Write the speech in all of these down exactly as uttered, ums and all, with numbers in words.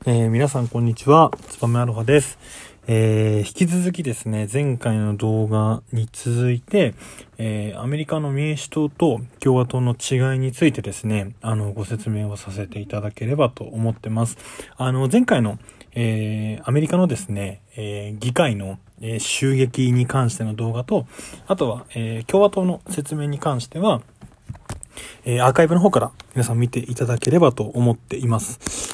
えー、皆さんこんにちは、つばめアロハです。えー、引き続きですね、前回の動画に続いて、えー、アメリカの民主党と共和党の違いについてですね、あのご説明をさせていただければと思ってます。あの前回の、えー、アメリカのですね、えー、議会の、えー、襲撃に関しての動画と、あとは、えー、共和党の説明に関しては、えー、アーカイブの方から皆さん見ていただければと思っています。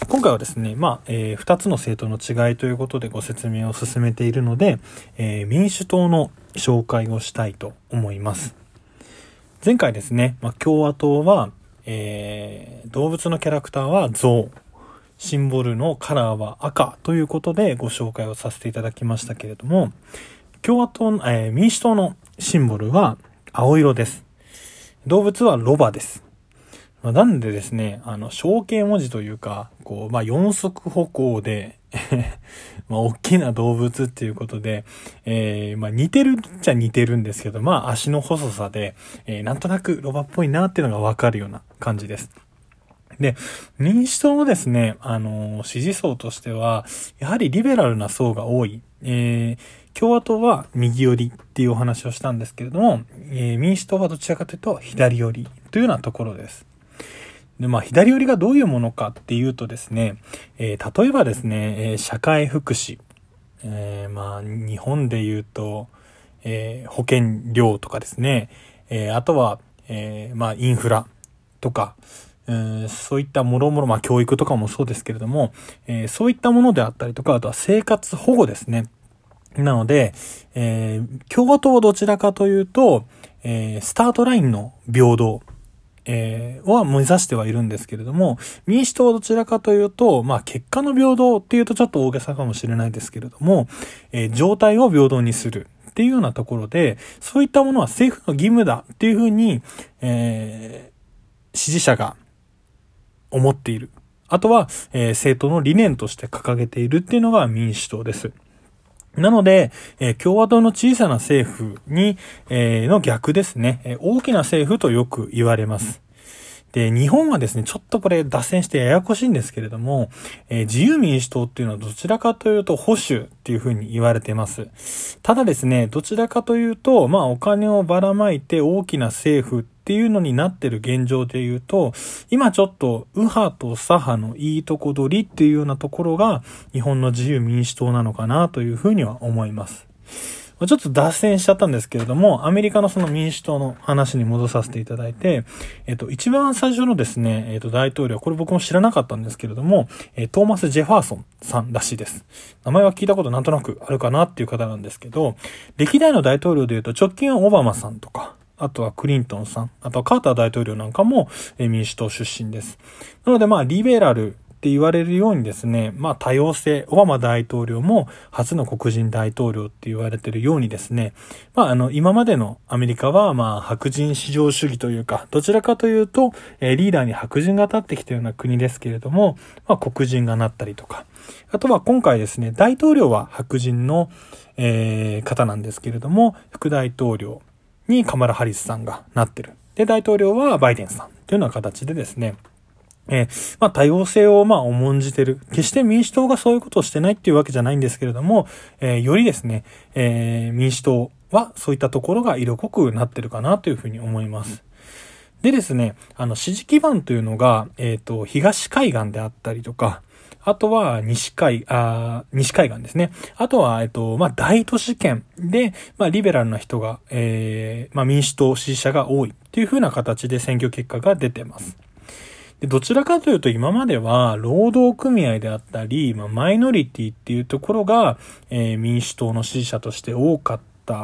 今回はですね、まあ、えー、二つの政党の違いということでご説明を進めているので、えー、民主党の紹介をしたいと思います。前回ですね、まあ、共和党は、えー、動物のキャラクターは象、シンボルのカラーは赤ということでご紹介をさせていただきましたけれども、共和党、えー、民主党のシンボルは青色です。動物はロバです。まあ、なんでですね、あの、象形文字というか、こう、まあ、四足歩行で、まあ、大きな動物っていうことで、えー、まあ、似てるっちゃ似てるんですけど、まあ、足の細さで、えー、なんとなくロバっぽいなっていうのがわかるような感じです。で、民主党のですね、あのー、支持層としては、やはりリベラルな層が多い。えー、共和党は右寄りっていうお話をしたんですけれども、えー、民主党はどちらかというと左寄りというようなところです。で、まあ、左寄りがどういうものかっていうとですね、えー、例えばですね、えー、社会福祉、えー、まあ、日本で言うと、えー、保険料とかですね、えー、あとは、えー、まあ、インフラとか、えー、そういったもろもろ、まあ、教育とかもそうですけれども、えー、そういったものであったりとか、あとは生活保護ですね。なので、えー、共和党はどちらかというと、えー、スタートラインの平等、えー、は目指してはいるんですけれども、民主党はどちらかというと、まあ結果の平等っていうとちょっと大げさかもしれないですけれども、えー、状態を平等にするっていうようなところで、そういったものは政府の義務だっていうふうに、えー、支持者が思っている。あとは、えー、政党の理念として掲げているっていうのが民主党です。なので、えー、共和党の小さな政府に、えー、の逆ですね、えー。大きな政府とよく言われます。で、日本はですね、ちょっとこれ脱線してややこしいんですけれども、えー、自由民主党っていうのはどちらかというと保守っていうふうに言われています。ただですね、どちらかというと、まあお金をばらまいて大きな政府っていうのになってる現状で言うと、今ちょっと右派と左派のいいとこ取りっていうようなところが日本の自由民主党なのかなというふうには思います。ちょっと脱線しちゃったんですけれども、アメリカのその民主党の話に戻させていただいて、えっと、一番最初のですね、えっと、大統領、これ僕も知らなかったんですけれども、トーマス・ジェファーソンさんらしいです。名前は聞いたことなんとなくあるかなっていう方なんですけど、歴代の大統領で言うと直近はオバマさんとか、あとはクリントンさん、あとはカーター大統領なんかも民主党出身です。なのでまあ、リベラル、って言われるようにですね、まあ多様性、オバマ大統領も初の黒人大統領って言われているようにですね、まああの今までのアメリカはまあ白人至上主義というか、どちらかというと、えー、リーダーに白人が立ってきたような国ですけれども、まあ黒人がなったりとか、あとは今回ですね、大統領は白人の、えー、方なんですけれども、副大統領にカマラ・ハリスさんがなってる。で、大統領はバイデンさんというような形でですね、えー、まあ多様性をまあ重んじてる。決して民主党がそういうことをしてないっていうわけじゃないんですけれども、えー、よりですね、えー、民主党はそういったところが色濃くなってるかなというふうに思います。でですね、あの支持基盤というのが、えっと、東海岸であったりとか、あとは西海、あ西海岸ですね。あとは、えっと、まあ、大都市圏で、まあ、リベラルな人が、えー、まあ、民主党支持者が多いっていうふうな形で選挙結果が出てます。でどちらかというと今までは労働組合であったり、まあ、マイノリティっていうところが、えー、民主党の支持者として多かった、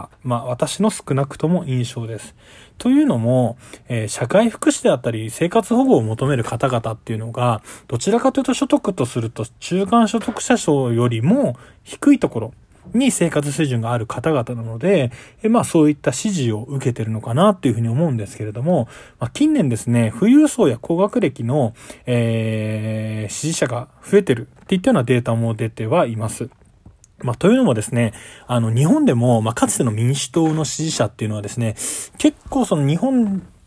まあ私の少なくとも印象です。というのも、えー、社会福祉であったり生活保護を求める方々っていうのがどちらかというと所得とすると中間所得者層よりも低いところに生活水準がある方々なので、えまあそういった支持を受けてるのかなっていうふうに思うんですけれども、まあ、近年ですね、富裕層や高学歴の、えー、支持者が増えてるっていったようなデータも出てはいます。まあ、というのもですね、あの、日本でも、まあ、かつての民主党の支持者っていうのはですね、結構その日本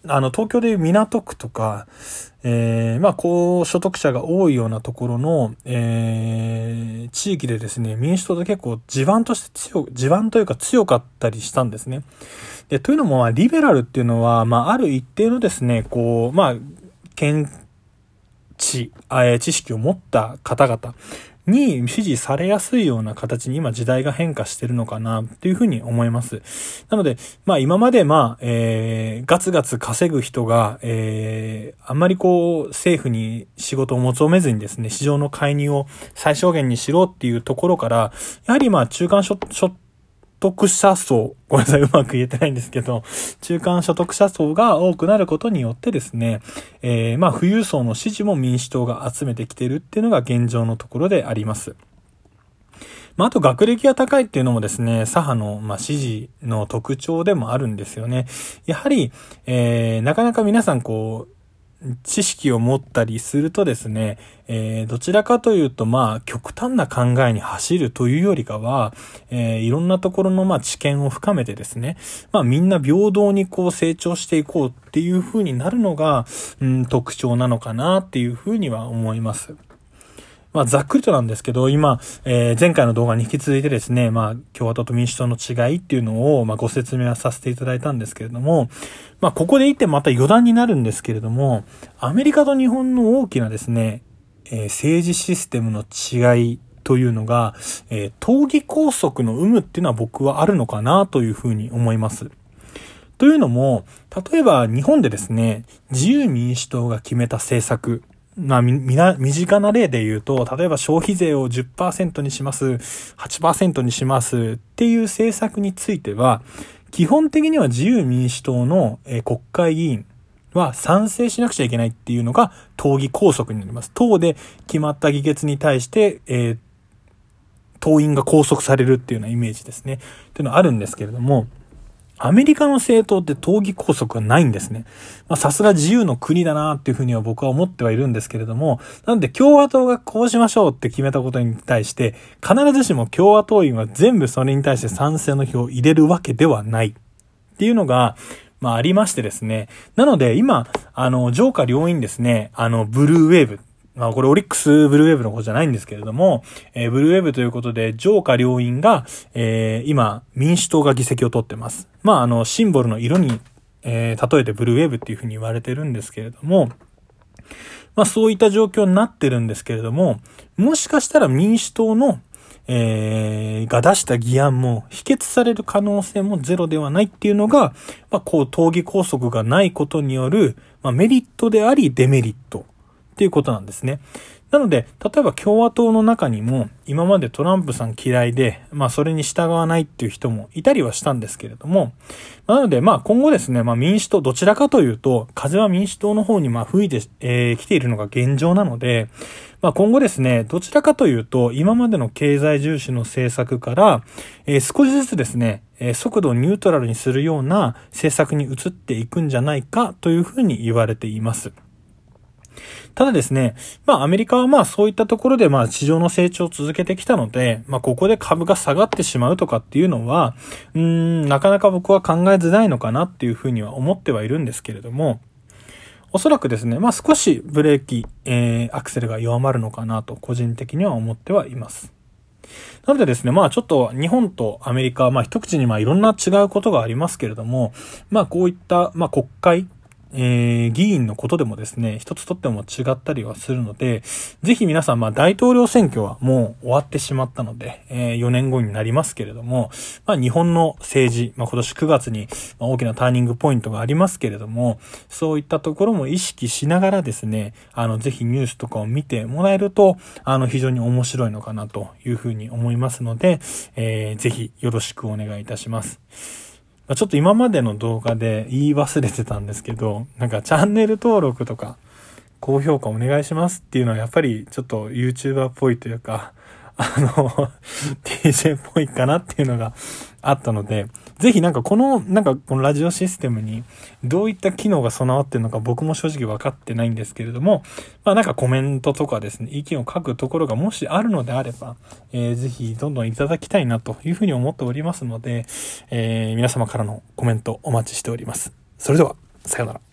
あの、東京でいう港区とか、えー、まあ、高所得者が多いようなところの、えー、地域でですね、民主党で結構地盤として強、地盤というか強かったりしたんですね。で、というのも、まあ、リベラルっていうのは、まあ、ある一定のですね、こう、まあ、見知、知識を持った方々に支持されやすいような形に今時代が変化してるのかなっていうふうに思います。なので、まあ今までまあ、えー、ガツガツ稼ぐ人が、えー、あんまりこう政府に仕事を求めずにですね、市場の介入を最小限にしろっていうところから、やはりまあ中間所所得者層、ごめんなさい、うまく言えてないんですけど、中間所得者層が多くなることによってですね、えー、まあ、富裕層の支持も民主党が集めてきているっていうのが現状のところであります。まあ、あと学歴が高いっていうのもですね、左派の、まあ、支持の特徴でもあるんですよね。やはり、えー、なかなか皆さんこう、知識を持ったりするとですね、えー、どちらかというとまあ極端な考えに走るというよりかは、えー、いろんなところのまあ知見を深めてですね、まあみんな平等にこう成長していこうっていう風になるのが、うん、特徴なのかなっていう風には思います。まあ、ざっくりとなんですけど、今、えー、前回の動画に引き続いてですね、まあ、共和党と民主党の違いっていうのを、まあ、ご説明はさせていただいたんですけれども、まあ、ここで言ってまた余談になるんですけれども、アメリカと日本の大きなですね、えー、政治システムの違いというのが、えー、党議拘束の有無っていうのは僕はあるのかなというふうに思います。というのも、例えば日本でですね、自由民主党が決めた政策、まあ、み、みな、身近な例で言うと、例えば消費税を じゅっパーセント にします、はちパーセント にしますっていう政策については、基本的には自由民主党の、えー、国会議員は賛成しなくちゃいけないっていうのが党議拘束になります。党で決まった議決に対して、えー、党員が拘束されるっていうようなイメージですね。っていうのはあるんですけれども、アメリカの政党って党議拘束がないんですね。まあさすが自由の国だなっていうふうには僕は思ってはいるんですけれども、なんで共和党がこうしましょうって決めたことに対して、必ずしも共和党員は全部それに対して賛成の票を入れるわけではないっていうのが、まあありましてですね。なので今、あの、上下両院ですね、あの、ブルーウェーブ。まあこれオリックスブルーウェーブのことじゃないんですけれども、えー、ブルーウェーブということで上下両院が、えー、今民主党が議席を取ってます。まああのシンボルの色に、えー、例えてブルーウェーブっていうふうに言われてるんですけれども、まあそういった状況になってるんですけれども、もしかしたら民主党のえー、が出した議案も否決される可能性もゼロではないっていうのが、まあこう党議拘束がないことによる、まあ、メリットでありデメリットっていうことなんですね。なので、例えば共和党の中にも今までトランプさん嫌いで、まあそれに従わないっていう人もいたりはしたんですけれども、なのでまあ今後ですね、まあ民主党、どちらかというと、風は民主党の方にまあ吹いてき、えー、ているのが現状なので、まあ今後ですね、どちらかというと、今までの経済重視の政策から、えー、少しずつですね、えー、速度をニュートラルにするような政策に移っていくんじゃないかというふうに言われています。ただですね、まあアメリカはまあそういったところでまあ市場の成長を続けてきたので、まあここで株が下がってしまうとかっていうのは、うーん、なかなか僕は考えづらいのかなっていうふうには思ってはいるんですけれども、おそらくですね、まあ少しブレーキ、えー、アクセルが弱まるのかなと個人的には思ってはいます。なのでですね、まあちょっと日本とアメリカ、まあ一口にまあいろんな違うことがありますけれども、まあこういったまあ国会、えー、議員のことでもですね、一つとっても違ったりはするので、ぜひ皆さん、まあ大統領選挙はもう終わってしまったので、えー、よねんごになりますけれども、まあ日本の政治、まあ今年くがつに大きなターニングポイントがありますけれども、そういったところも意識しながらですね、あの、ぜひニュースとかを見てもらえると、あの、非常に面白いのかなというふうに思いますので、えー、ぜひよろしくお願いいたします。ちょっと今までの動画で言い忘れてたんですけど、なんかチャンネル登録とか高評価お願いしますっていうのはやっぱりちょっと YouTuber っぽいというか、あの、ティージェー っぽいかなっていうのがあったので、ぜひなんかこの、なんかこのラジオシステムにどういった機能が備わってるのか僕も正直分かってないんですけれども、まあなんかコメントとかですね、意見を書くところがもしあるのであれば、えー、ぜひどんどんいただきたいなというふうに思っておりますので、えー、皆様からのコメントお待ちしております。それでは、さようなら。